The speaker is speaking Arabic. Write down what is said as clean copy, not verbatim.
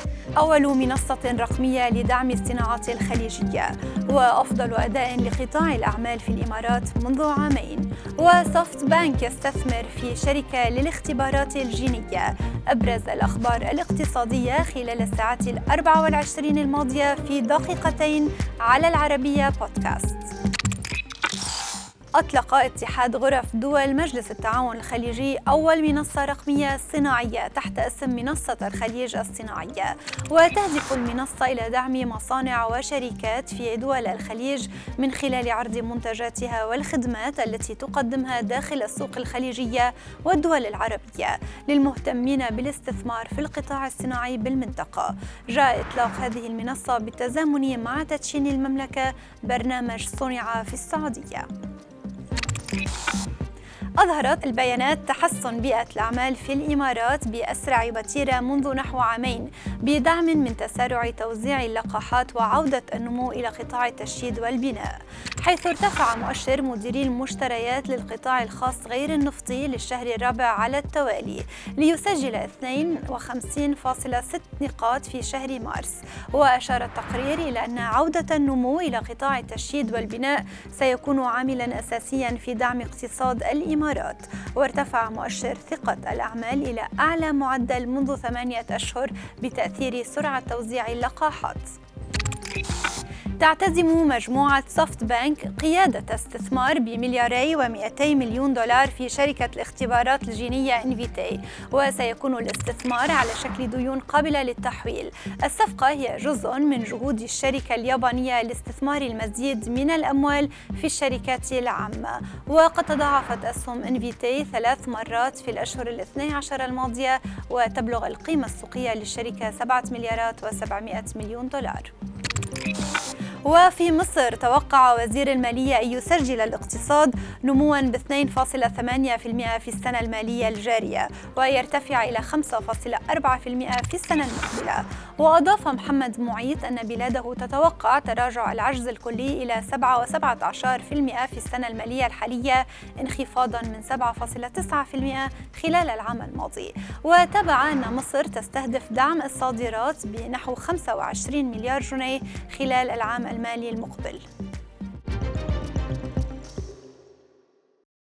أول منصة رقمية لدعم الصناعة الخليجية، وأفضل أداء لقطاع الأعمال في الإمارات منذ عامين، وسوفت بانك يستثمر في شركة للاختبارات الجينية. أبرز الأخبار الاقتصادية خلال الساعات 24 الماضية في دقيقتين على العربية بودكاست. أطلق اتحاد غرف دول مجلس التعاون الخليجي أول منصة رقمية صناعية تحت اسم منصة الخليج الصناعية، وتهدف المنصة إلى دعم مصانع وشركات في دول الخليج من خلال عرض منتجاتها والخدمات التي تقدمها داخل السوق الخليجية والدول العربية للمهتمين بالاستثمار في القطاع الصناعي بالمنطقة. جاء إطلاق هذه المنصة بالتزامن مع تدشين المملكة برنامج صنع في السعودية. أظهرت البيانات تحسن بيئة الأعمال في الإمارات بأسرع وتيرة منذ نحو عامين، بدعم من تسارع توزيع اللقاحات وعودة النمو إلى قطاع التشييد والبناء، حيث ارتفع مؤشر مديري المشتريات للقطاع الخاص غير النفطي للشهر الرابع على التوالي ليسجل 52.6 نقاط في شهر مارس. وأشار التقرير إلى أن عودة النمو إلى قطاع التشييد والبناء سيكون عاملاً أساسياً في دعم اقتصاد الإمارات، وارتفع مؤشر ثقة الأعمال إلى أعلى معدل منذ 8 أشهر بتأثير سرعة توزيع اللقاحات. تعتزم مجموعة سوفت بانك قيادة استثمار ب2.2 مليار في شركة الاختبارات الجينية إنفيتاي، وسيكون الاستثمار على شكل ديون قابلة للتحويل. الصفقة هي جزء من جهود الشركة اليابانية لاستثمار المزيد من الأموال في الشركات العامة، وقد تضاعفت أسهم إنفيتاي 3 مرات في الأشهر 12 الماضية، وتبلغ القيمة السوقية للشركة 7.7 مليار. وفي مصر توقع وزير المالية أن يسجل الاقتصاد نمواً ب 2.8% في السنة المالية الجارية، ويرتفع إلى 5.4% في السنة المقبلة. وأضاف محمد معيط أن بلاده تتوقع تراجع العجز الكلي إلى 7.17% في السنة المالية الحالية، انخفاضاً من 7.9% خلال العام الماضي. وتابع أن مصر تستهدف دعم الصادرات بنحو 25 مليار جنيه خلال العام المالي المقبل.